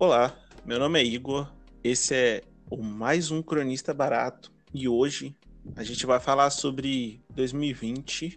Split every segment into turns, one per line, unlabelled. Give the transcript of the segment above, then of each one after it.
Olá, meu nome é Igor, esse é o mais um Cronista Barato e hoje a gente vai falar sobre 2020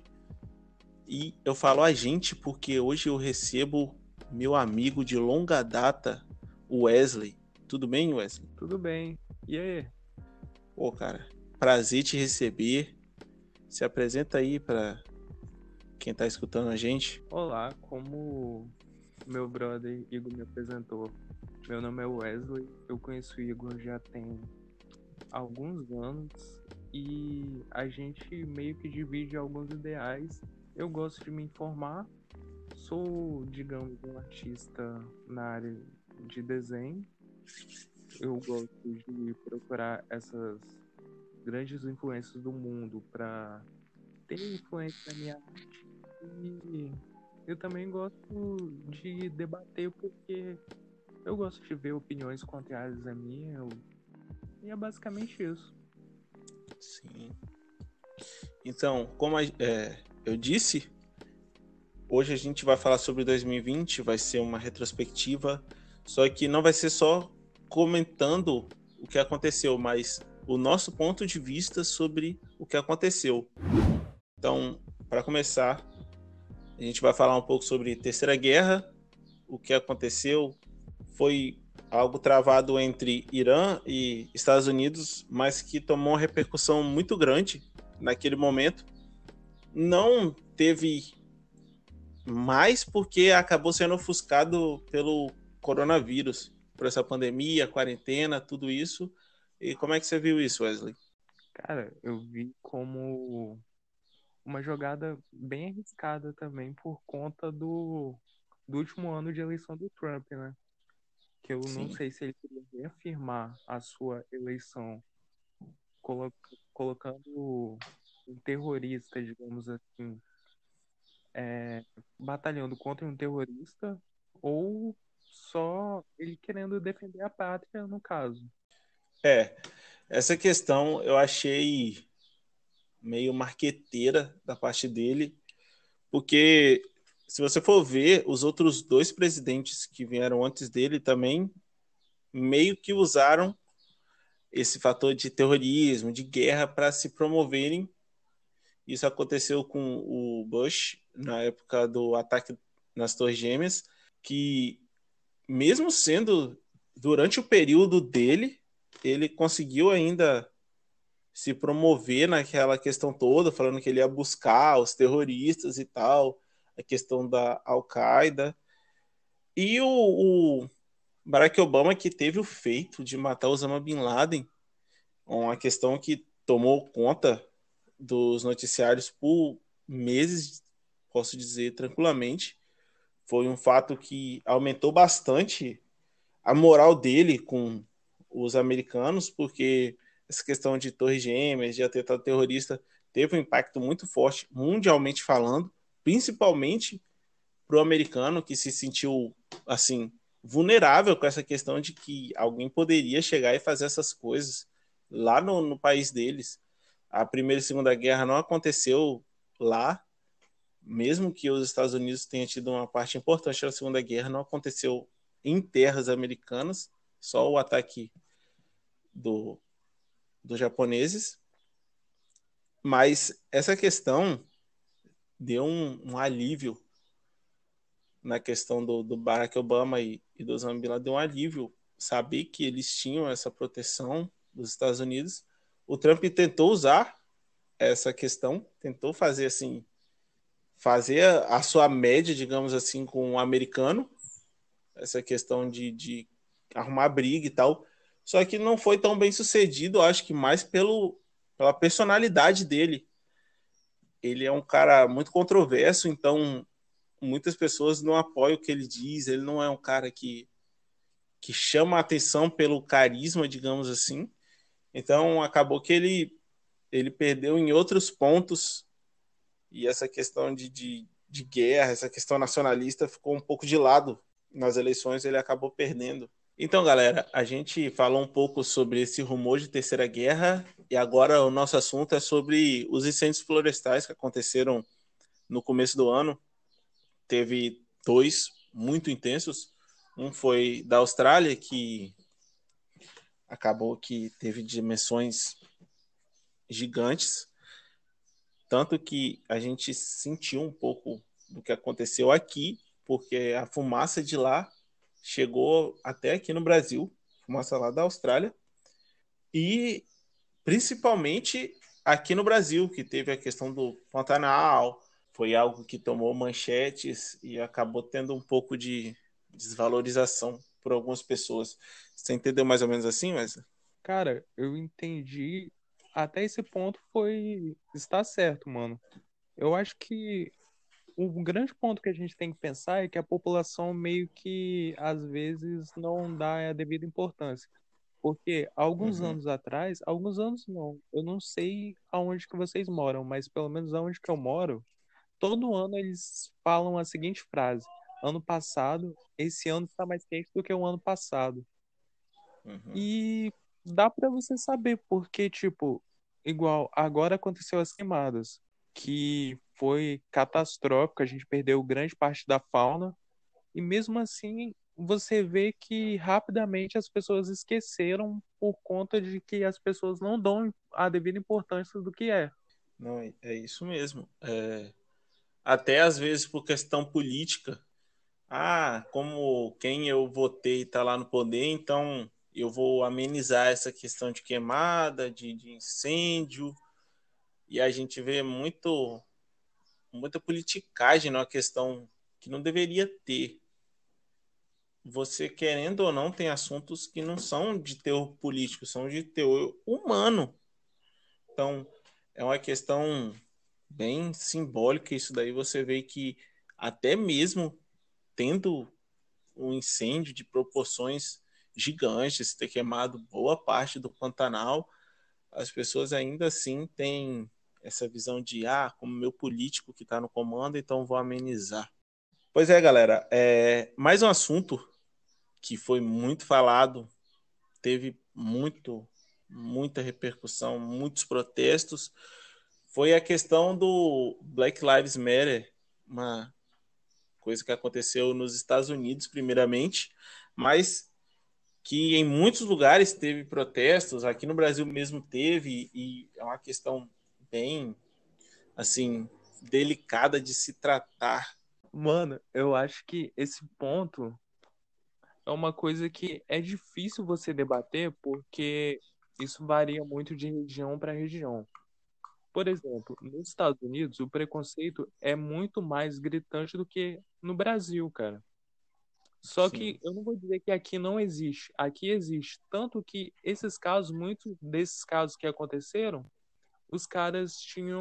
e eu falo a gente porque hoje eu recebo meu amigo de longa data, o Wesley. Tudo bem, Wesley?
Tudo bem. E aí?
Pô, cara, prazer te receber. Se apresenta aí para quem tá escutando a gente.
Olá, como meu brother Igor me apresentou, meu nome é Wesley, eu conheço o Igor já tem alguns anos e a gente meio que divide alguns ideais. Eu gosto de me informar, sou, digamos, um artista na área de desenho. Eu gosto de procurar essas grandes influências do mundo para ter influência na minha arte. E eu também gosto de debater porque eu gosto de ver opiniões contrárias à minha. E é basicamente isso.
Sim. Então, eu disse, hoje a gente vai falar sobre 2020, vai ser uma retrospectiva, só que não vai ser só comentando o que aconteceu, mas o nosso ponto de vista sobre o que aconteceu. Então, para começar, a gente vai falar um pouco sobre Terceira Guerra, o que aconteceu foi algo travado entre Irã e Estados Unidos, mas que tomou uma repercussão muito grande naquele momento. Não teve mais porque acabou sendo ofuscado pelo coronavírus, por essa pandemia, quarentena, tudo isso. E como é que você viu isso, Wesley?
Cara, eu vi como uma jogada bem arriscada também por conta do último ano de eleição do Trump, né? Que eu não
Sim,
sei se ele queria reafirmar a sua eleição colo- colocando um terrorista, digamos assim, batalhando contra um terrorista ou só ele querendo defender a pátria, no caso.
é. Essa questão eu achei meio marqueteira da parte dele, porque se você for ver, os outros dois presidentes que vieram antes dele também meio que usaram esse fator de terrorismo, de guerra para se promoverem. Isso aconteceu com o Bush na época do ataque nas Torres Gêmeas, que mesmo sendo durante o período dele, ele conseguiu ainda se promover naquela questão toda, falando que ele ia buscar os terroristas e tal, a questão da Al-Qaeda. E o Barack Obama, que teve o feito de matar Osama Bin Laden, uma questão que tomou conta dos noticiários por meses, posso dizer tranquilamente. Foi um fato que aumentou bastante a moral dele com os americanos, porque essa questão de torres gêmeas, de atentado terrorista, teve um impacto muito forte, mundialmente falando, principalmente para o americano que se sentiu assim vulnerável com essa questão de que alguém poderia chegar e fazer essas coisas lá no país deles. A Primeira e Segunda Guerra não aconteceu lá, mesmo que os Estados Unidos tenham tido uma parte importante da Segunda Guerra, não aconteceu em terras americanas, só o ataque do, dos japoneses. Mas essa questão deu um alívio na questão do Barack Obama e do Osama Bin Laden, deu um alívio saber que eles tinham essa proteção dos Estados Unidos. O Trump tentou usar essa questão, tentou fazer assim, fazer a sua média, digamos assim, com o americano, essa questão de arrumar briga e tal. Só que não foi tão bem sucedido, acho que mais pela personalidade dele. Ele é um cara muito controverso, então muitas pessoas não apoiam o que ele diz. Ele não é um cara que chama a atenção pelo carisma, digamos assim. Então acabou que ele perdeu em outros pontos e essa questão de guerra, essa questão nacionalista ficou um pouco de lado nas eleições, ele acabou perdendo. Então, galera, a gente falou um pouco sobre esse rumor de Terceira Guerra e agora o nosso assunto é sobre os incêndios florestais que aconteceram no começo do ano. Teve dois muito intensos. Um foi da Austrália, que acabou que teve dimensões gigantes, tanto que a gente sentiu um pouco do que aconteceu aqui, porque a fumaça de lá chegou até aqui no Brasil, fumaça lá da Austrália, e principalmente aqui no Brasil, que teve a questão do Pantanal, foi algo que tomou manchetes e acabou tendo um pouco de desvalorização por algumas pessoas. Você entendeu mais ou menos assim, mas
Cara, eu entendi. Até esse ponto foi. Está certo, mano. Eu acho que o grande ponto que a gente tem que pensar é que a população meio que às vezes não dá a devida importância. Porque alguns
uhum,
anos atrás, alguns anos não, eu não sei aonde que vocês moram, mas pelo menos aonde que eu moro, todo ano eles falam a seguinte frase: ano passado, esse ano está mais quente do que o ano passado.
uhum,
E dá pra você saber, porque, tipo, igual agora aconteceu as queimadas, que foi catastrófico, a gente perdeu grande parte da fauna, e mesmo assim você vê que rapidamente as pessoas esqueceram por conta de que as pessoas não dão a devida importância do que é.
não, é isso mesmo. Até às vezes por questão política, como quem eu votei está lá no poder, então eu vou amenizar essa questão de queimada, de incêndio, e a gente vê muita politicagem numa questão que não deveria ter. Você querendo ou não, tem assuntos que não são de teor político, são de teor humano. Então, é uma questão bem simbólica isso daí. Você vê que até mesmo tendo um incêndio de proporções gigantes, ter queimado boa parte do Pantanal, as pessoas ainda assim têm essa visão de, como meu político que está no comando, então vou amenizar. Pois é, galera, mais um assunto que foi muito falado, teve muita repercussão, muitos protestos, foi a questão do Black Lives Matter, uma coisa que aconteceu nos Estados Unidos, primeiramente, mas que em muitos lugares teve protestos, aqui no Brasil mesmo teve, e é uma questão bem, assim, delicada de se tratar.
Mano, eu acho que esse ponto é uma coisa que é difícil você debater porque isso varia muito de região para região. Por exemplo, nos Estados Unidos, o preconceito é muito mais gritante do que no Brasil, cara. Só que
Sim.
eu não vou dizer que aqui não existe. Aqui existe. Tanto que esses casos, muitos desses casos que aconteceram, os caras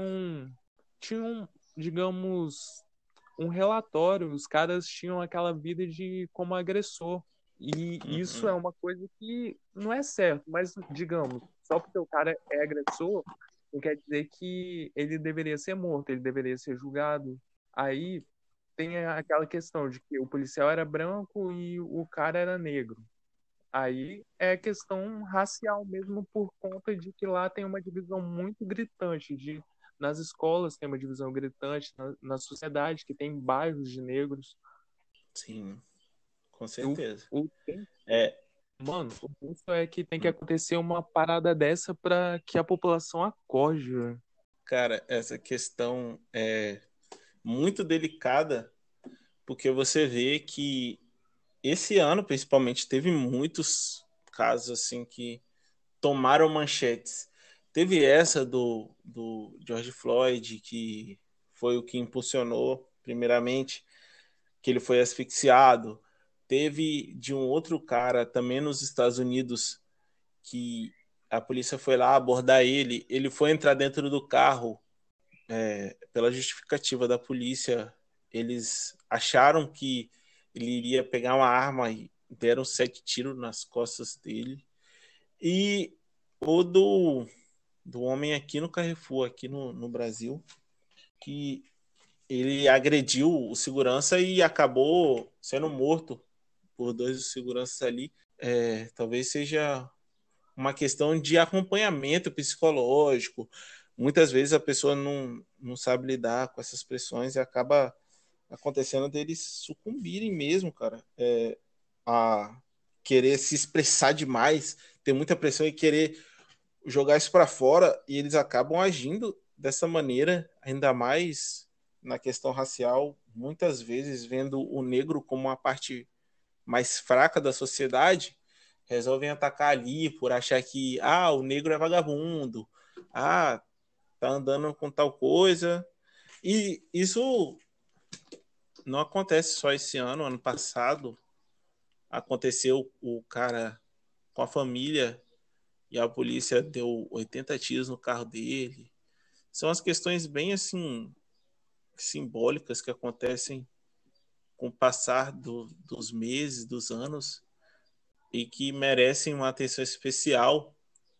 tinham, digamos, um relatório. Os caras tinham aquela vida de como agressor. E isso é
Uhum.
uma coisa que não é certo. Mas, digamos, só porque o cara é agressor, não quer dizer que ele deveria ser morto, ele deveria ser julgado. Aí tem aquela questão de que o policial era branco e o cara era negro. Aí é questão racial mesmo por conta de que lá tem uma divisão muito gritante nas escolas tem uma divisão gritante na sociedade que tem bairros de negros.
Sim, com
O,
certeza.
o tem,
É,
mano, o ponto é que tem que acontecer uma parada dessa para que a população acorde, velho.
cara, essa questão é muito delicada, porque você vê que esse ano, principalmente, teve muitos casos assim que tomaram manchetes. Teve essa do George Floyd, que foi o que impulsionou, primeiramente, que ele foi asfixiado. Teve de um outro cara também nos Estados Unidos que a polícia foi lá abordar ele. Ele foi entrar dentro do carro, pela justificativa da polícia. Eles acharam que ele iria pegar uma arma e deram 7 tiros nas costas dele. E o do homem aqui no Carrefour, aqui no Brasil, que ele agrediu o segurança e acabou sendo morto por dois seguranças ali. Talvez seja uma questão de acompanhamento psicológico. Muitas vezes a pessoa não sabe lidar com essas pressões e acaba acontecendo deles sucumbirem mesmo, cara. a querer se expressar demais, ter muita pressão e querer jogar isso para fora, e eles acabam agindo dessa maneira, ainda mais na questão racial, muitas vezes vendo o negro como uma parte mais fraca da sociedade, resolvem atacar ali por achar que o negro é vagabundo, tá andando com tal coisa. E isso não acontece só esse ano, ano passado aconteceu o cara com a família e a polícia deu 80 tiros no carro dele. São as questões bem assim simbólicas que acontecem com o passar dos meses, dos anos, e que merecem uma atenção especial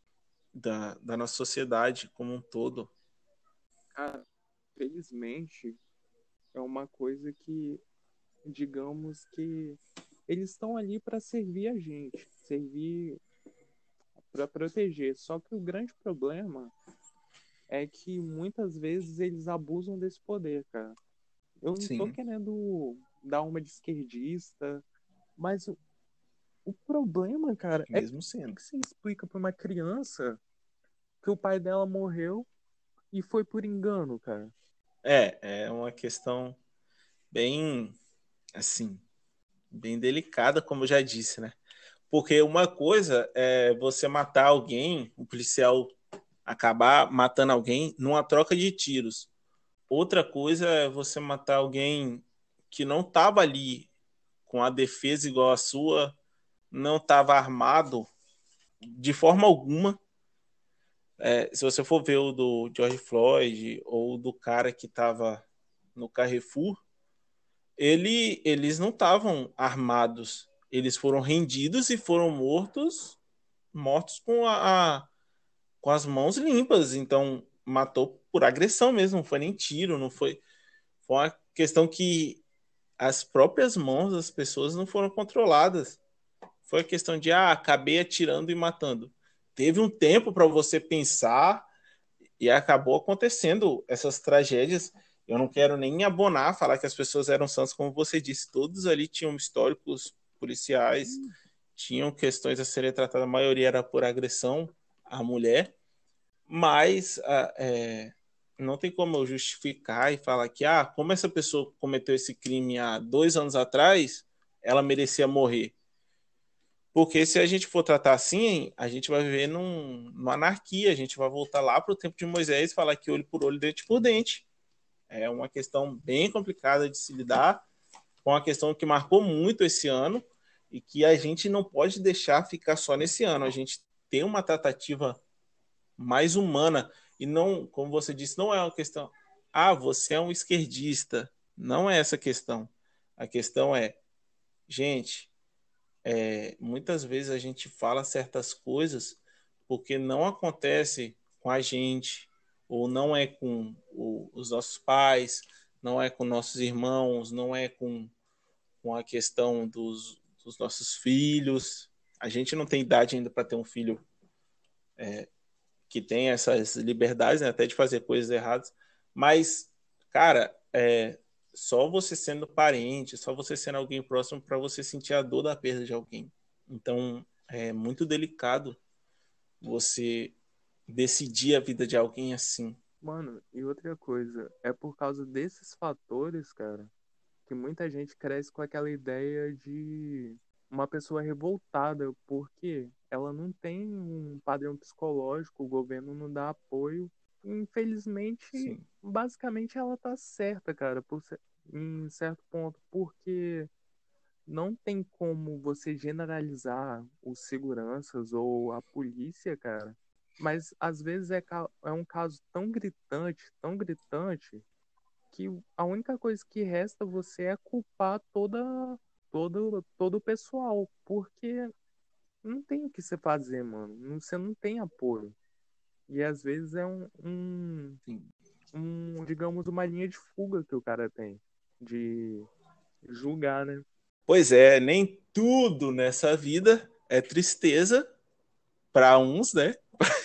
da nossa sociedade como um todo.
Cara, felizmente é uma coisa que, digamos que eles estão ali para servir a gente, servir para proteger. Só que o grande problema é que muitas vezes eles abusam desse poder, cara. Eu não tô
Sim,
querendo dar uma de esquerdista, mas o problema, cara, é
mesmo
como
sendo.
que você explica para uma criança que o pai dela morreu e foi por engano, cara?
É uma questão bem, assim, bem delicada, como eu já disse, né? Porque uma coisa é você matar alguém, o policial acabar matando alguém numa troca de tiros. Outra coisa é você matar alguém que não estava ali com a defesa igual a sua, não estava armado de forma alguma. Se você for ver o do George Floyd ou do cara que estava no Carrefour, eles não estavam armados. Eles foram rendidos e foram mortos com as mãos limpas. Então, matou por agressão mesmo, não foi nem tiro, não foi. Foi uma questão que as próprias mãos das pessoas não foram controladas. Foi a questão de, acabei atirando e matando. Teve um tempo para você pensar e acabou acontecendo essas tragédias. Eu não quero nem abonar, falar que as pessoas eram santas, como você disse, todos ali tinham históricos policiais, tinham questões a serem tratadas, a maioria era por agressão à mulher, mas não tem como eu justificar e falar que, como essa pessoa cometeu esse crime há 2 anos atrás, ela merecia morrer. Porque se a gente for tratar assim, a gente vai viver numa anarquia, a gente vai voltar lá para o tempo de Moisés e falar que olho por olho, dente por dente. É uma questão bem complicada de se lidar, com uma questão que marcou muito esse ano e que a gente não pode deixar ficar só nesse ano. A gente tem uma tratativa mais humana e não, como você disse, não é uma questão, você é um esquerdista. Não é essa a questão. A questão é, gente, muitas vezes a gente fala certas coisas porque não acontece com a gente, ou não é com os nossos pais, não é com nossos irmãos, não é com a questão dos nossos filhos. A gente não tem idade ainda para ter um filho que tem essas liberdades, né, até de fazer coisas erradas, mas, cara, só você sendo parente, só você sendo alguém próximo para você sentir a dor da perda de alguém. Então, é muito delicado você decidir a vida de alguém assim.
Mano, e outra coisa, é por causa desses fatores, cara, que muita gente cresce com aquela ideia de uma pessoa revoltada, porque ela não tem um padrão psicológico, o governo não dá apoio. Infelizmente,
Sim,
basicamente ela tá certa, cara, em certo ponto, porque não tem como você generalizar os seguranças ou a polícia, cara. Mas às vezes é um caso tão gritante, que a única coisa que resta você é culpar todo o pessoal, porque não tem o que você fazer, mano. Você não tem apoio. E às vezes é
sim.
digamos, uma linha de fuga que o cara tem de julgar, né?
Pois é, nem tudo nessa vida é tristeza para uns, né?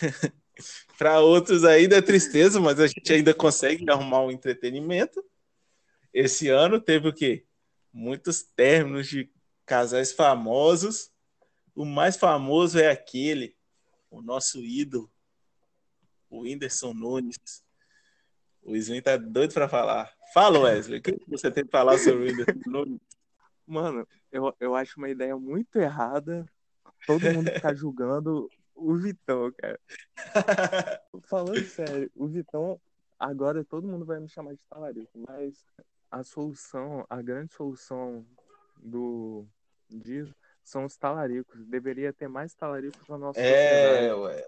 Para outros ainda é tristeza, mas a gente ainda consegue arrumar um entretenimento. Esse ano teve o quê? Muitos términos de casais famosos. O mais famoso é aquele, o nosso ídolo, o Whindersson Nunes. O Sven tá doido pra falar. Fala, Wesley, o que você tem pra falar sobre o Whindersson Nunes?
Mano, eu acho uma ideia muito errada todo mundo ficar julgando o Vitão, cara. Falando sério, o Vitão, agora todo mundo vai me chamar de talarico, mas a solução, a grande solução disso são os talaricos. Deveria ter mais talaricos na nossa sociedade.
Ué.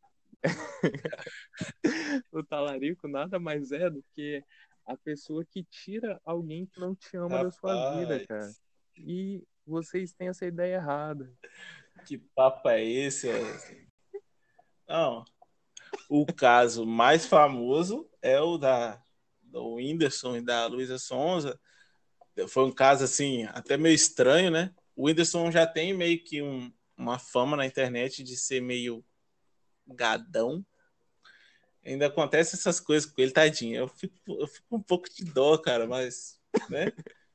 O talarico nada mais é do que a pessoa que tira alguém que não te ama da sua vida, cara.
Rapaz,
E vocês têm essa ideia errada.
que papo é esse, Wesley? Não, o caso mais famoso é o do Whindersson e da Luísa Sonza. Foi um caso, assim, até meio estranho, né? O Whindersson já tem meio que uma fama na internet de ser meio gadão. Ainda acontece essas coisas com ele, tadinho. Eu fico um pouco de dó, cara, mas, né?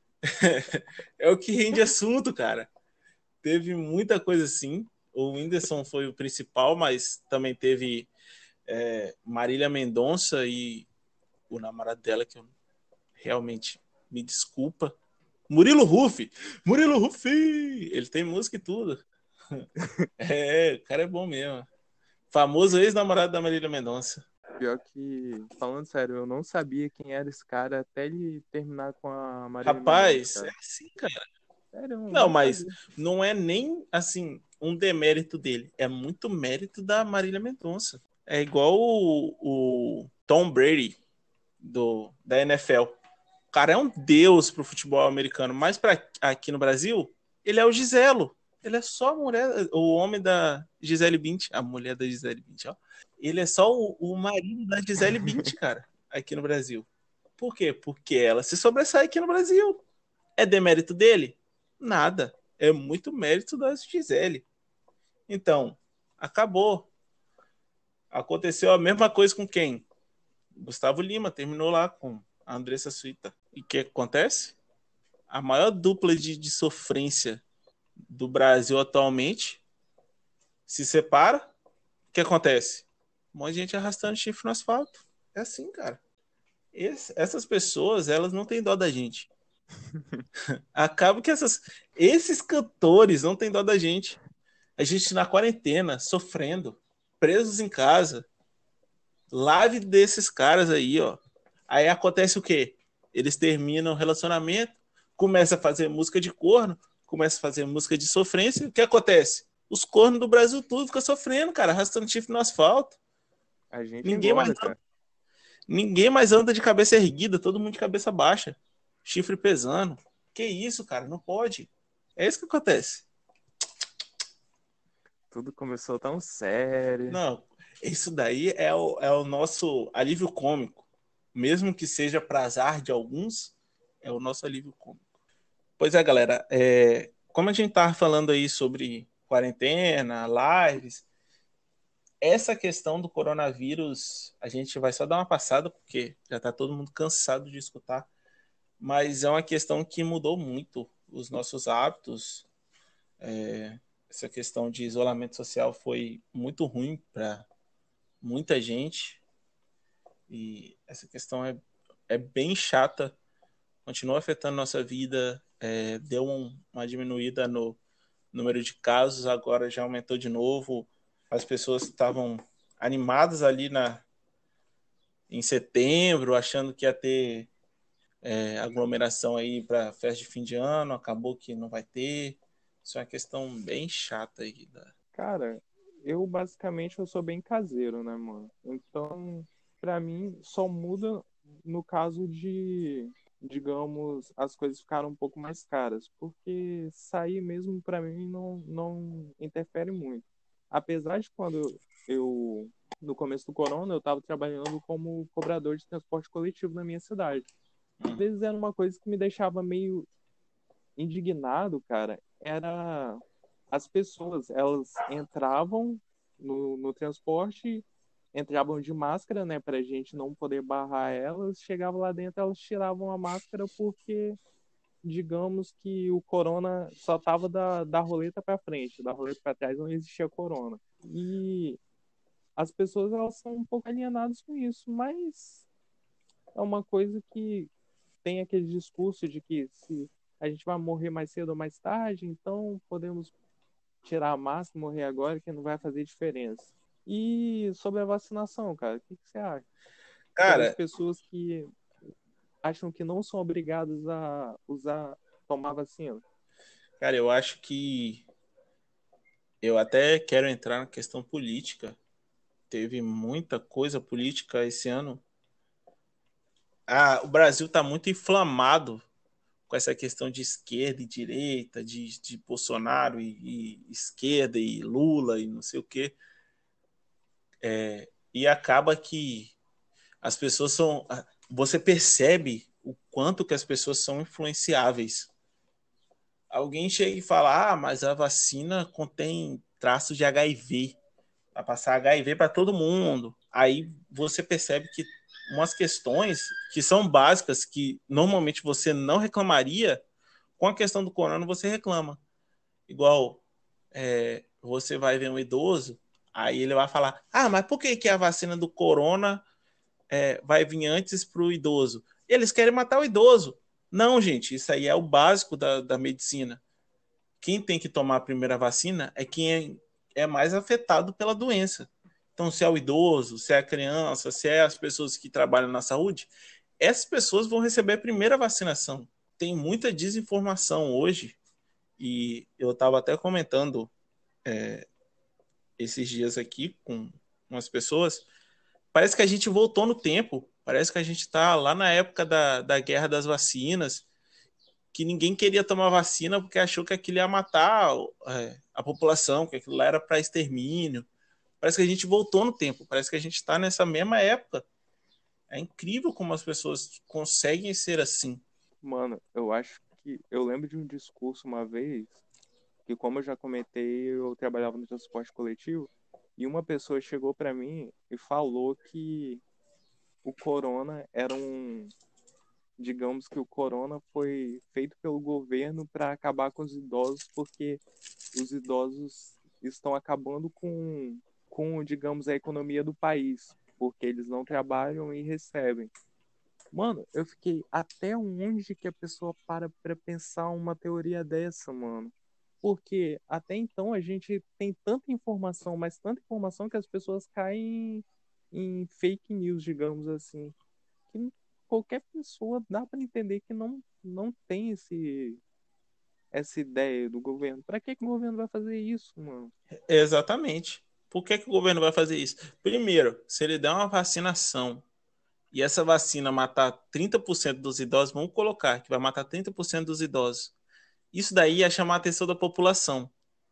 É o que rende assunto, cara. Teve muita coisa assim. O Whindersson foi o principal, mas também teve Marília Mendonça e o namorado dela, que eu realmente me desculpa. Murilo Huff! Murilo Huff! Ele tem música e tudo. O cara é bom mesmo. Famoso ex-namorado da Marília Mendonça.
Pior que, falando sério, eu não sabia quem era esse cara até ele terminar com a Marília Mendonça,
Rapaz, é
cara.
assim, cara.
Sério, eu
Não,
não
mas
sabia.
não é nem assim um demérito dele. É muito mérito da Marília Mendonça. É igual o Tom Brady da NFL. O cara é um deus pro futebol americano, mas para aqui no Brasil, ele é o Giselo. Ele é só a mulher, o homem da Gisele Bündchen, a mulher da Gisele Bündchen, ó. Ele é só o marido da Gisele Bündchen, cara, aqui no Brasil. Por quê? Porque ela se sobressai aqui no Brasil. É demérito dele? Nada. É muito mérito da Gisele. Então, acabou. Aconteceu a mesma coisa com quem? Gustavo Lima terminou lá com a Andressa Suíta. E o que acontece? A maior dupla de sofrência do Brasil atualmente se separa. O que acontece? Um monte de gente arrastando chifre no asfalto. É assim, cara. Essas pessoas, elas não têm dó da gente. Acaba que esses cantores não têm dó da gente. A gente na quarentena, sofrendo, presos em casa. Live desses caras aí, ó. Aí acontece o quê? Eles terminam o relacionamento, começam a fazer música de corno, começam a fazer música de sofrência. O que acontece? Os cornos do Brasil tudo ficam sofrendo, cara, arrastando chifre no asfalto.
A gente
Ninguém mais,
engorda, cara.
ninguém mais anda de cabeça erguida, todo mundo de cabeça baixa. Chifre pesando. Que isso, cara? Não pode. É isso que acontece.
Tudo começou tão sério.
Não, isso daí é o nosso alívio cômico. Mesmo que seja para azar de alguns, é o nosso alívio cômico. Pois é, galera. Como a gente estava falando aí sobre quarentena, lives, essa questão do coronavírus, a gente vai só dar uma passada, porque já está todo mundo cansado de escutar, mas é uma questão que mudou muito os nossos hábitos. Essa questão de isolamento social foi muito ruim para muita gente. E essa questão é bem chata, continua afetando nossa vida, deu uma diminuída no número de casos, agora já aumentou de novo. As pessoas estavam animadas ali em setembro, achando que ia ter aglomeração aí para festa de fim de ano, acabou que não vai ter. Isso é uma questão bem chata aí.
Cara, eu basicamente eu sou bem caseiro, né, mano? Então, pra mim, só muda no caso de, digamos, as coisas ficaram um pouco mais caras, porque sair mesmo pra mim não interfere muito. Apesar de quando eu, no começo do corona, eu tava trabalhando como cobrador de transporte coletivo na minha cidade. Às vezes era uma coisa que me deixava meio indignado, cara, era as pessoas, elas entravam no transporte, entravam de máscara, né, pra gente não poder barrar elas, chegavam lá dentro, elas tiravam a máscara porque digamos que o corona só tava da roleta para frente, da roleta para trás não existia corona. E as pessoas elas são um pouco alienadas com isso, mas é uma coisa que tem aquele discurso de que se a gente vai morrer mais cedo ou mais tarde, então podemos tirar a máscara e morrer agora, que não vai fazer diferença. E sobre a vacinação, cara, o que você acha? Sobre as
Cara,
pessoas que acham que não são obrigadas a tomar vacina.
cara, eu acho que eu até quero entrar na questão política. Teve muita coisa política esse ano. O Brasil está muito inflamado com essa questão de esquerda e direita, de Bolsonaro e esquerda e Lula e não sei o quê. E acaba que as pessoas são. Você percebe o quanto que as pessoas são influenciáveis. Alguém chega e fala: mas a vacina contém traços de HIV, vai passar HIV para todo mundo. Aí você percebe que umas questões que são básicas, que normalmente você não reclamaria, com a questão do corona você reclama. Igual você vai ver um idoso, aí ele vai falar: mas por que a vacina do corona vai vir antes para o idoso? Eles querem matar o idoso. Não, gente, isso aí é o básico da medicina. Quem tem que tomar a primeira vacina é quem é mais afetado pela doença. Então, se é o idoso, se é a criança, se é as pessoas que trabalham na saúde, essas pessoas vão receber a primeira vacinação. Tem muita desinformação hoje, e eu estava até comentando esses dias aqui com umas pessoas. Parece que a gente voltou no tempo, parece que a gente está lá na época da guerra das vacinas, que ninguém queria tomar vacina porque achou que aquilo ia matar a população, que aquilo lá era para extermínio. Parece que a gente voltou no tempo, parece que a gente está nessa mesma época. É incrível como as pessoas conseguem ser assim.
Mano, eu acho que eu lembro de um discurso uma vez que, como eu já comentei, eu trabalhava no transporte coletivo e uma pessoa chegou para mim e falou que o corona era digamos que o corona foi feito pelo governo para acabar com os idosos, porque os idosos estão acabando digamos, a economia do país, porque eles não trabalham e recebem. Mano, eu fiquei até onde que a pessoa para pensar uma teoria dessa, mano? Porque até então a gente tem tanta informação, mas tanta informação que as pessoas caem em fake news, digamos assim. Que qualquer pessoa dá para entender que não tem essa ideia do governo. Para que o governo vai fazer isso, mano?
Exatamente. Por que o governo vai fazer isso? Primeiro, se ele der uma vacinação e essa vacina matar 30% dos idosos, vamos colocar que vai matar 30% dos idosos. Isso daí ia chamar a atenção da população.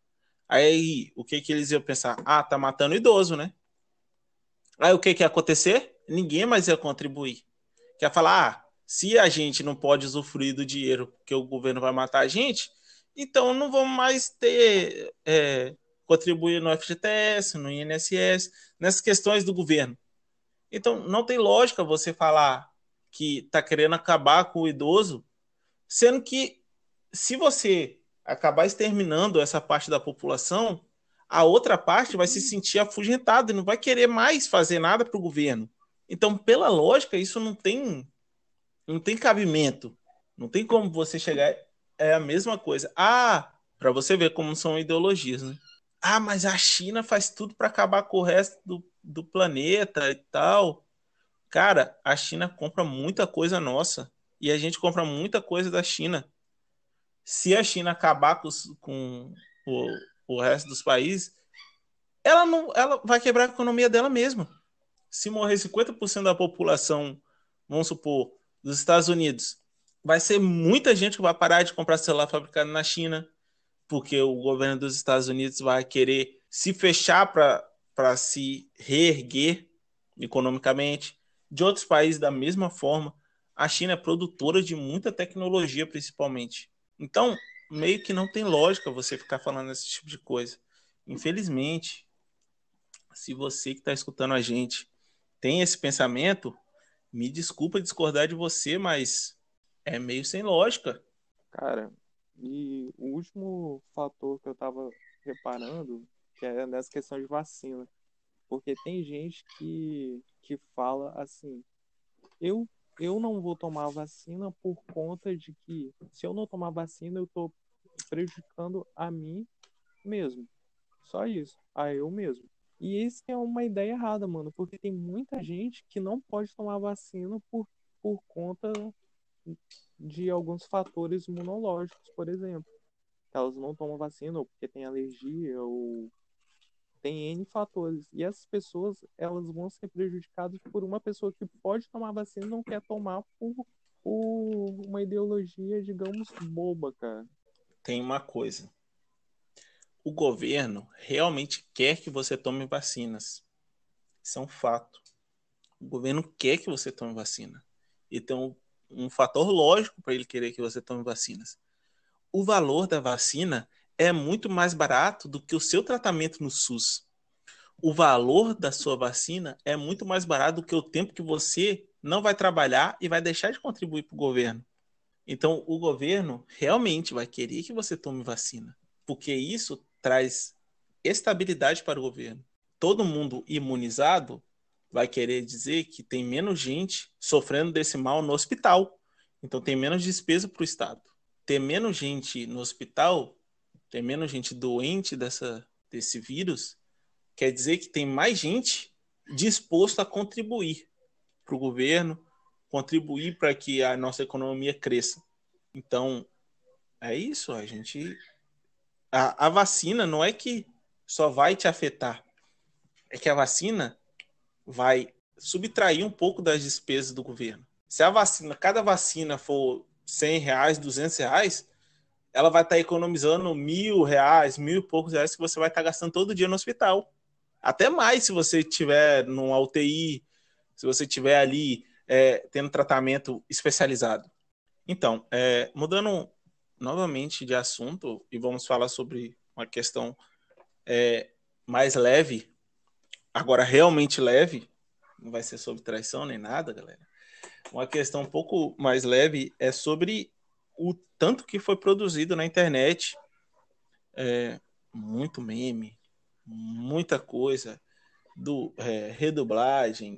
Aí, o que eles iam pensar? Tá matando idoso, né? Aí, o que ia acontecer? Ninguém mais ia contribuir. Quer falar, se a gente não pode usufruir do dinheiro que o governo vai matar a gente, então não vamos mais ter contribuir no FGTS, no INSS, nessas questões do governo. Então, não tem lógica você falar que está querendo acabar com o idoso, sendo que se você acabar exterminando essa parte da população, a outra parte vai se sentir afugentada e não vai querer mais fazer nada para o governo. Então, pela lógica, isso não tem cabimento. Não tem como você chegar. É a mesma coisa. Para você ver como são ideologias, né? Mas a China faz tudo para acabar com o resto do planeta e tal. Cara, a China compra muita coisa nossa. E a gente compra muita coisa da China. Se a China acabar com o resto dos países, ela vai quebrar a economia dela mesma. Se morrer 50% da população, vamos supor, dos Estados Unidos, vai ser muita gente que vai parar de comprar celular fabricado na China, porque o governo dos Estados Unidos vai querer se fechar para se reerguer economicamente. De outros países, da mesma forma, a China é produtora de muita tecnologia, principalmente. Então, meio que não tem lógica você ficar falando esse tipo de coisa. Infelizmente, se você que está escutando a gente tem esse pensamento, me desculpa discordar de você, mas é meio sem lógica.
Cara, e o último fator que eu tava reparando, que é nessa questão de vacina, porque tem gente que fala assim, eu, eu não vou tomar vacina por conta de que se eu não tomar vacina, eu tô prejudicando a mim mesmo. Só isso, a eu mesmo. E isso é uma ideia errada, mano, porque tem muita gente que não pode tomar vacina por conta de alguns fatores imunológicos, por exemplo. Elas não tomam vacina ou porque tem alergia ou tem N fatores. E essas pessoas, elas vão ser prejudicadas por uma pessoa que pode tomar vacina e não quer tomar por uma ideologia, digamos, boba, cara.
Tem uma coisa. O governo realmente quer que você tome vacinas. Isso é um fato. O governo quer que você tome vacina. E tem um fator lógico para ele querer que você tome vacinas. O valor da vacina é muito mais barato do que o seu tratamento no SUS. O valor da sua vacina é muito mais barato do que o tempo que você não vai trabalhar e vai deixar de contribuir para o governo. Então, o governo realmente vai querer que você tome vacina, porque isso traz estabilidade para o governo. Todo mundo imunizado vai querer dizer que tem menos gente sofrendo desse mal no hospital. Então, tem menos despesa para o Estado. Ter menos gente no hospital, ter menos gente doente desse vírus, quer dizer que tem mais gente disposta a contribuir para o governo, contribuir para que a nossa economia cresça. Então, é isso, a gente. A vacina não é que só vai te afetar, é que a vacina vai subtrair um pouco das despesas do governo. Se a vacina, cada vacina for R$ 100, R$ 200, ela vai estar economizando R$ 1.000, mil e poucos reais que você vai estar gastando todo dia no hospital. Até mais se você tiver numa UTI, se você tiver ali tendo tratamento especializado. Então, mudando novamente de assunto e vamos falar sobre uma questão mais leve, agora realmente leve, não vai ser sobre traição nem nada, galera. Uma questão um pouco mais leve é sobre o tanto que foi produzido na internet, muito meme, muita coisa, redublagem,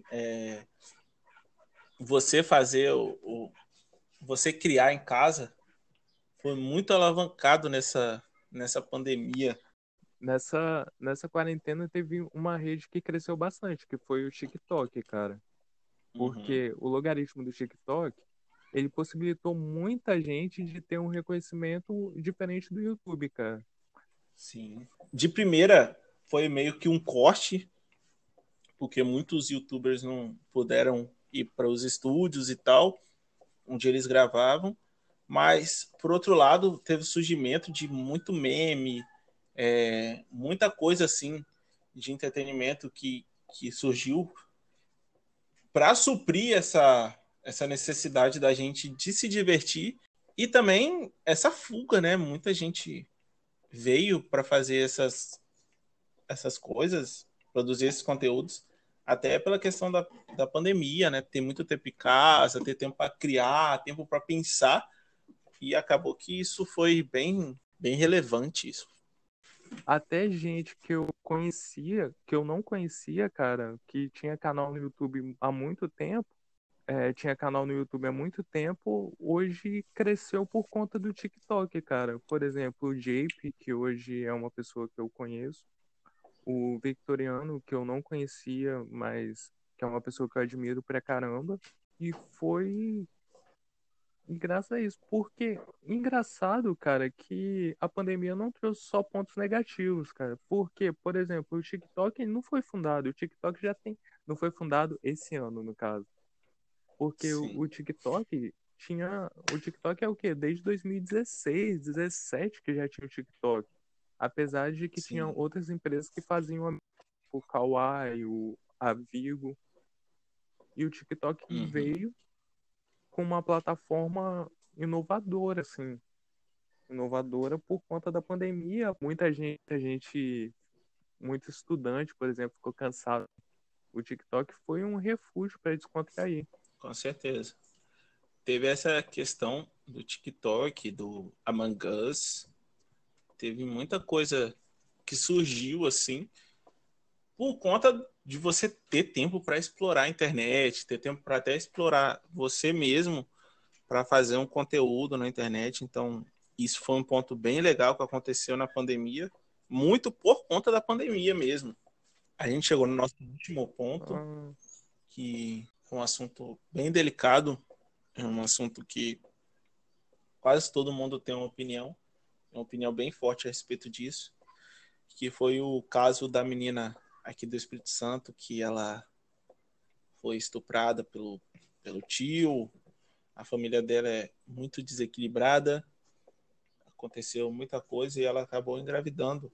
você fazer você criar em casa foi muito alavancado nessa pandemia.
Nessa quarentena teve uma rede que cresceu bastante, que foi o TikTok, cara.
Uhum,
Porque o logaritmo do TikTok, ele possibilitou muita gente de ter um reconhecimento diferente do YouTube, cara.
sim. De primeira, foi meio que um corte, porque muitos YouTubers não puderam ir para os estúdios e tal, onde eles gravavam. Mas, por outro lado, teve o surgimento de muito meme, muita coisa assim de entretenimento que surgiu para suprir essa necessidade da gente de se divertir e também essa fuga, né? Muita gente veio para fazer essas coisas, produzir esses conteúdos, até pela questão da pandemia, né? Ter muito tempo em casa, ter tempo para criar, tempo para pensar, e acabou que isso foi bem, bem relevante isso.
Até gente que eu conhecia, que eu não conhecia, cara, que tinha canal no YouTube há muito tempo, tinha canal no YouTube há muito tempo, hoje cresceu por conta do TikTok, cara. Por exemplo, o Jape, que hoje é uma pessoa que eu conheço, o Victoriano, que eu não conhecia, mas que é uma pessoa que eu admiro pra caramba, e foi graças a isso. Porque, engraçado, cara, que a pandemia não trouxe só pontos negativos, cara. Porque, por exemplo, o TikTok ele não foi fundado, o TikTok já tem, não foi fundado esse ano, no caso. Porque
Sim,
o TikTok é o quê? Desde 2016, 17 que já tinha o TikTok. Apesar de que tinham
sim.
outras empresas que faziam o Kawaii, a Vigo, e o TikTok
Uhum.
veio com uma plataforma inovadora, assim, inovadora por conta da pandemia. Muito estudante, por exemplo, ficou cansado. O TikTok foi um refúgio para descontrair.
Com certeza. Teve essa questão do TikTok, do Among Us. Teve muita coisa que surgiu assim por conta de você ter tempo para explorar a internet, ter tempo para até explorar você mesmo para fazer um conteúdo na internet. Então, isso foi um ponto bem legal que aconteceu na pandemia, muito por conta da pandemia mesmo. A gente chegou no nosso último ponto, que é um assunto bem delicado, é um assunto que quase todo mundo tem uma opinião bem forte a respeito disso, que foi o caso da menina aqui do Espírito Santo, que ela foi estuprada pelo tio. A família dela é muito desequilibrada, aconteceu muita coisa e ela acabou engravidando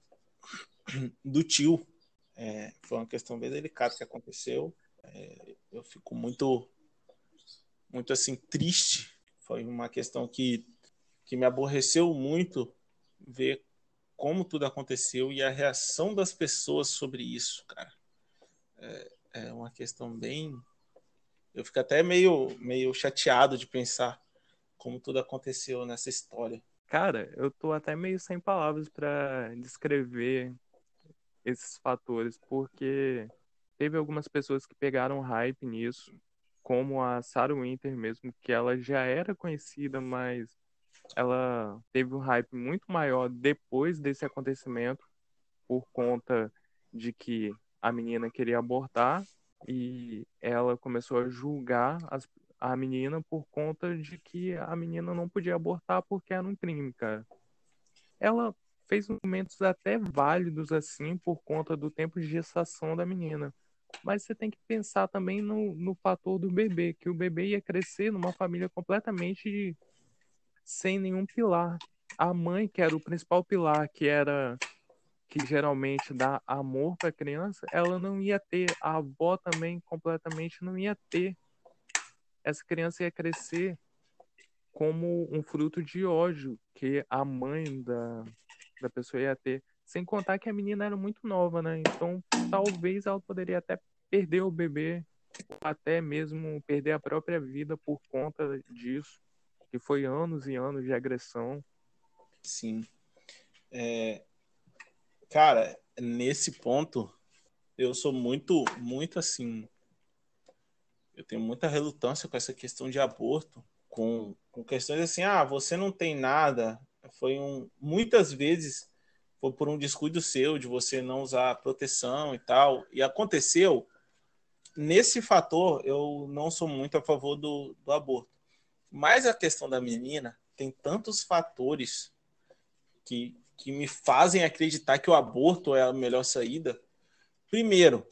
do tio. Foi uma questão bem delicada que aconteceu. Eu fico muito assim triste. Foi uma questão que me aborreceu muito ver como tudo aconteceu e a reação das pessoas sobre isso, cara. É uma questão bem... Eu fico até meio chateado de pensar como tudo aconteceu nessa história.
Cara, eu tô até meio sem palavras para descrever esses fatores, porque teve algumas pessoas que pegaram hype nisso, como a Sarah Winter mesmo, que ela já era conhecida, mas ela teve um hype muito maior depois desse acontecimento, por conta de que a menina queria abortar e ela começou a julgar a menina por conta de que a menina não podia abortar porque era um crime, cara. Ela fez momentos até válidos assim por conta do tempo de gestação da menina. Mas você tem que pensar também no fator do bebê, que o bebê ia crescer numa família completamente sem nenhum pilar. A mãe, que era o principal pilar, que geralmente dá amor para a criança, ela não ia ter. A avó também completamente não ia ter. Essa criança ia crescer como um fruto de ódio que a mãe da pessoa ia ter. Sem contar que a menina era muito nova, né? Então, talvez ela poderia até perder o bebê, ou até mesmo perder a própria vida por conta disso, que foi anos e anos de agressão.
Sim. Cara, nesse ponto, eu sou muito assim. Eu tenho muita relutância com essa questão de aborto, com questões assim, você não tem nada. Muitas vezes foi por um descuido seu de você não usar proteção e tal. E aconteceu. Nesse fator, eu não sou muito a favor do aborto. Mas a questão da menina tem tantos fatores que me fazem acreditar que o aborto é a melhor saída. Primeiro,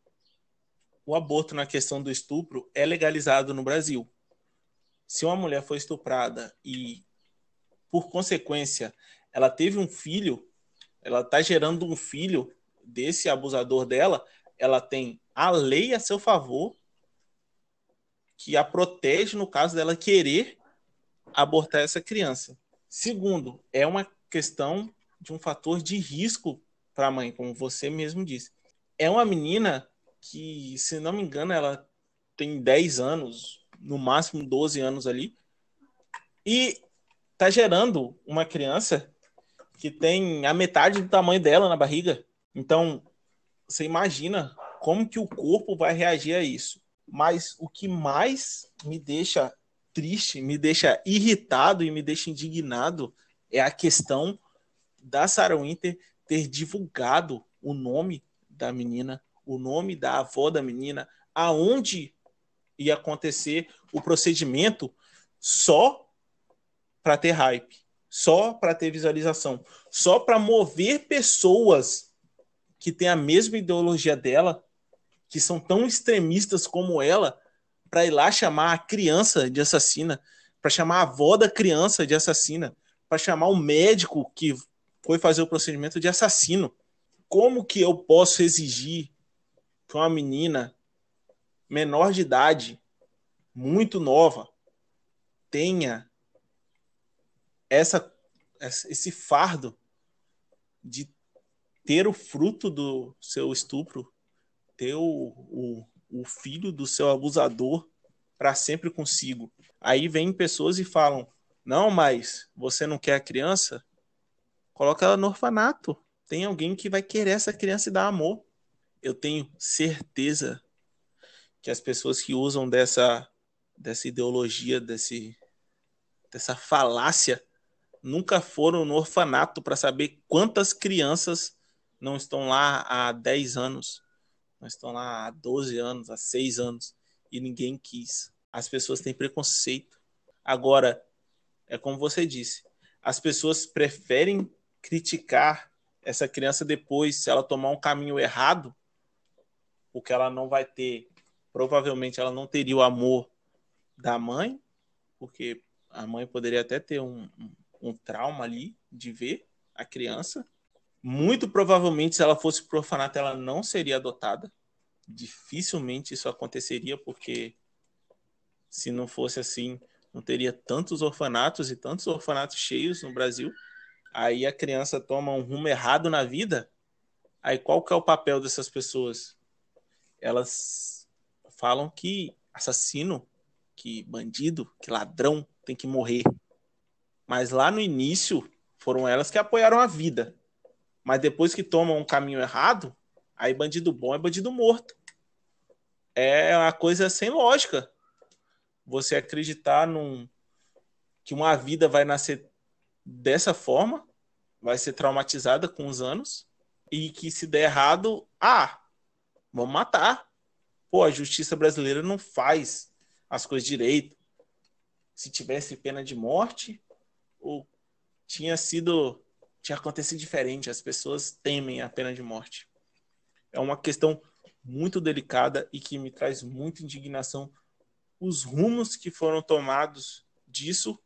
o aborto na questão do estupro é legalizado no Brasil. Se uma mulher foi estuprada e, por consequência, ela teve um filho, ela está gerando um filho desse abusador dela, ela tem a lei a seu favor que a protege no caso dela querer abortar essa criança. Segundo, é uma questão de um fator de risco para a mãe, como você mesmo disse. É uma menina que, se não me engano, ela tem 10 anos, no máximo 12 anos ali, e tá gerando uma criança que tem a metade do tamanho dela na barriga. Então, você imagina como que o corpo vai reagir a isso. Mas o que mais me deixa triste, me deixa irritado e me deixa indignado é a questão da Sarah Winter ter divulgado o nome da menina, o nome da avó da menina, aonde ia acontecer o procedimento, só para ter hype, só para ter visualização, só para mover pessoas que têm a mesma ideologia dela, que são tão extremistas como ela, para ir lá chamar a criança de assassina, para chamar a avó da criança de assassina, para chamar o médico que foi fazer o procedimento de assassino. Como que eu posso exigir que uma menina menor de idade, muito nova, tenha esse fardo de ter o fruto do seu estupro, ter o filho do seu abusador para sempre consigo? Aí vem pessoas e falam, Não, mas você não quer a criança? Coloca ela no orfanato. Tem alguém que vai querer essa criança e dar amor. Eu tenho certeza que as pessoas que usam dessa ideologia, dessa falácia, nunca foram no orfanato para saber quantas crianças não estão lá há 10 anos, não estão lá há 12 anos, há 6 anos, e ninguém quis. As pessoas têm preconceito. Agora, é como você disse, as pessoas preferem criticar essa criança depois, se ela tomar um caminho errado, porque ela não vai ter, provavelmente ela não teria o amor da mãe, porque a mãe poderia até ter um trauma ali de ver a criança. Muito provavelmente, se ela fosse pro orfanato, ela não seria adotada. Dificilmente isso aconteceria, porque se não fosse assim, não teria tantos orfanatos e tantos orfanatos cheios no Brasil. Aí a criança toma um rumo errado na vida. Aí qual que é o papel dessas pessoas? Elas falam que assassino, que bandido, que ladrão tem que morrer. Mas lá no início foram elas que apoiaram a vida. Mas depois que tomam um caminho errado, aí bandido bom é bandido morto. É uma coisa sem lógica. Você acreditar que uma vida vai nascer dessa forma, vai ser traumatizada com os anos, e que se der errado, vamos matar. Pô, a justiça brasileira não faz as coisas direito. Se tivesse pena de morte, ou tinha acontecido diferente. As pessoas temem a pena de morte. É uma questão muito delicada e que me traz muita indignação os rumos que foram tomados disso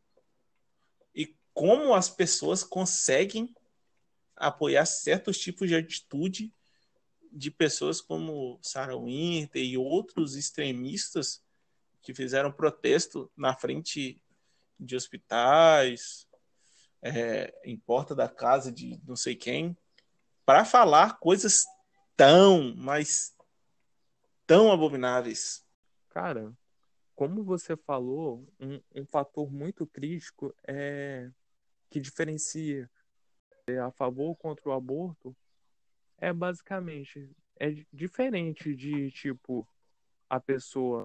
e como as pessoas conseguem apoiar certos tipos de atitude de pessoas como Sarah Winter e outros extremistas que fizeram protesto na frente de hospitais, em porta da casa de não sei quem, para falar coisas mas tão abomináveis.
Cara, como você falou, um fator muito crítico é que diferencia a favor ou contra o aborto é basicamente diferente de tipo a pessoa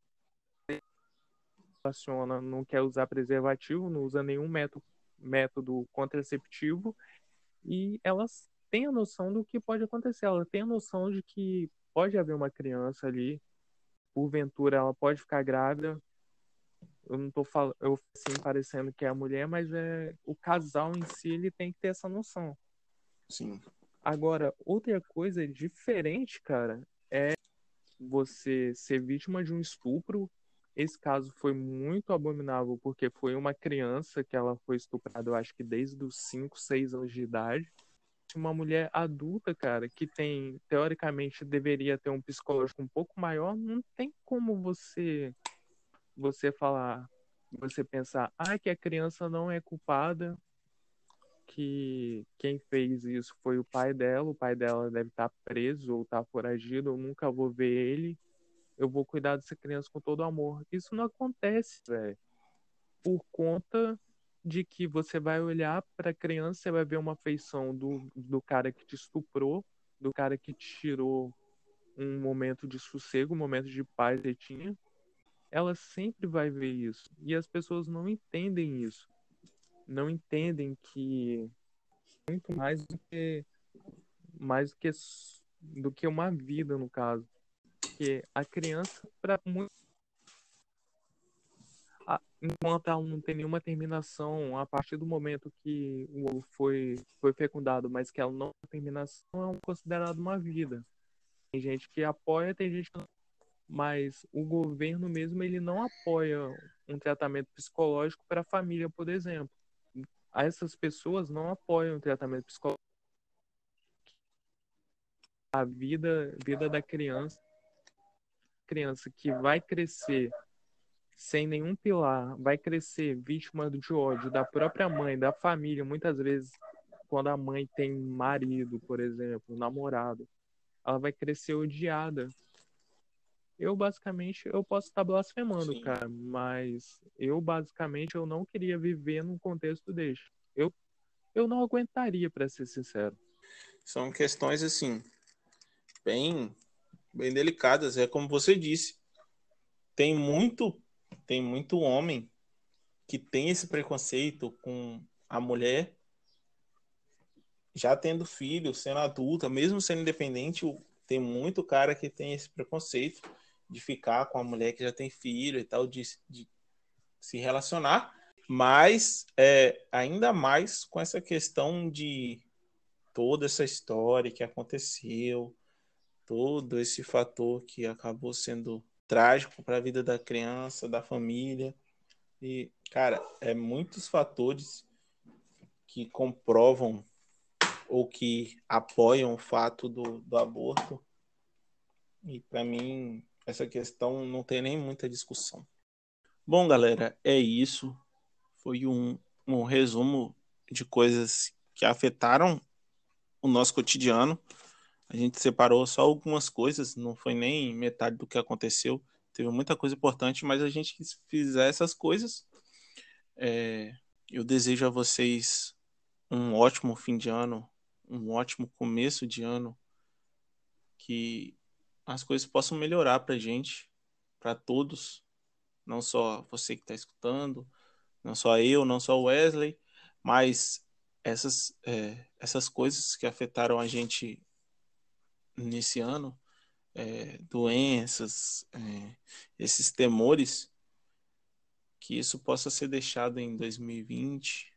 aciona, não quer usar preservativo, não usa nenhum método contraceptivo e elas têm a noção do que pode acontecer, ela tem a noção de que pode haver uma criança ali, porventura ela pode ficar grávida. Eu não tô falando, eu assim parecendo que é a mulher, mas é o casal em si, ele tem que ter essa noção.
Sim.
Agora, outra coisa diferente, cara, você ser vítima de um estupro. Esse caso foi muito abominável porque foi uma criança que ela foi estuprada, eu acho que desde os 5, 6 anos de idade. Uma mulher adulta, cara, que tem, teoricamente, deveria ter um psicológico um pouco maior, não tem como você falar, você pensar, que a criança não é culpada, que quem fez isso foi o pai dela deve estar preso ou estar foragido, eu nunca vou ver ele, eu vou cuidar dessa criança com todo amor. Isso não acontece, velho. Por conta de que você vai olhar para a criança, você vai ver uma feição do cara que te estuprou, do cara que te tirou um momento de sossego, um momento de paz que tinha. Ela sempre vai ver isso. E as pessoas não entendem isso. Não entendem que muito mais do que uma vida, no caso. Porque a criança, para muito, enquanto ela não tem nenhuma terminação, a partir do momento que o ovo foi fecundado, mas que ela não tem terminação, é considerado uma vida. Tem gente que apoia, tem gente que não. Mas o governo mesmo, ele não apoia um tratamento psicológico para a família, por exemplo. Essas pessoas não apoiam o tratamento psicológico. A vida da criança que vai crescer sem nenhum pilar, vai crescer vítima de ódio da própria mãe, da família, muitas vezes quando a mãe tem marido, por exemplo, namorado, ela vai crescer odiada eu basicamente eu posso estar blasfemando,
Sim.
cara, mas eu basicamente eu não queria viver num contexto desse. Eu, eu não aguentaria, pra ser sincero.
São questões assim, bem, bem delicadas. É como você disse, tem muito, tem muito homem que tem esse preconceito com a mulher já tendo filho, sendo adulta, mesmo sendo independente, tem muito cara que tem esse preconceito de ficar com a mulher que já tem filho e tal, de se relacionar, mas ainda mais com essa questão de toda essa história que aconteceu, todo esse fator que acabou sendo trágico para a vida da criança, da família. E, cara, muitos fatores que comprovam ou que apoiam o fato do aborto. E para mim, essa questão não tem nem muita discussão. Bom, galera, é isso. Foi um resumo de coisas que afetaram o nosso cotidiano. A gente separou só algumas coisas, não foi nem metade do que aconteceu. Teve muita coisa importante, mas a gente quis fizer essas coisas. Eu desejo a vocês um ótimo fim de ano, um ótimo começo de ano, que as coisas possam melhorar para gente, para todos, não só você que está escutando, não só eu, não só o Wesley, mas essas coisas que afetaram a gente nesse ano, doenças, esses temores, que isso possa ser deixado em 2020,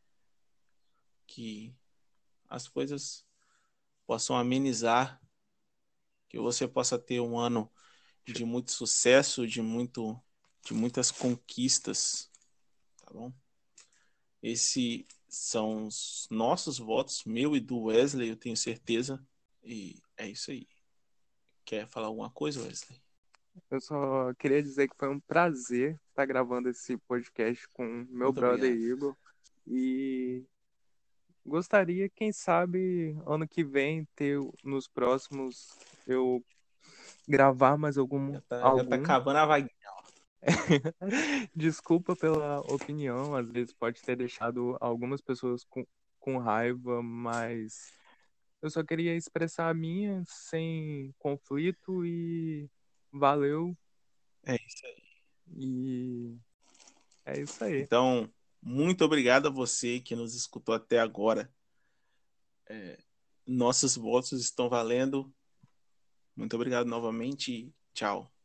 que as coisas possam amenizar, que você possa ter um ano de muito sucesso, de muitas conquistas, tá bom? Esses são os nossos votos, meu e do Wesley, eu tenho certeza. E é isso aí. Quer falar alguma coisa, Wesley?
Eu só queria dizer que foi um prazer estar gravando esse podcast com meu
Muito
brother
obrigado.
Igor. E gostaria, quem sabe, ano que vem, ter nos próximos, eu gravar mais
Já tá
algum.
cavando a vaguinha.
Desculpa pela opinião, às vezes pode ter deixado algumas pessoas com raiva, mas eu só queria expressar a minha sem conflito e valeu.
É isso aí.
E é isso aí.
Então, muito obrigado a você que nos escutou até agora. Nossos votos estão valendo. Muito obrigado novamente e tchau.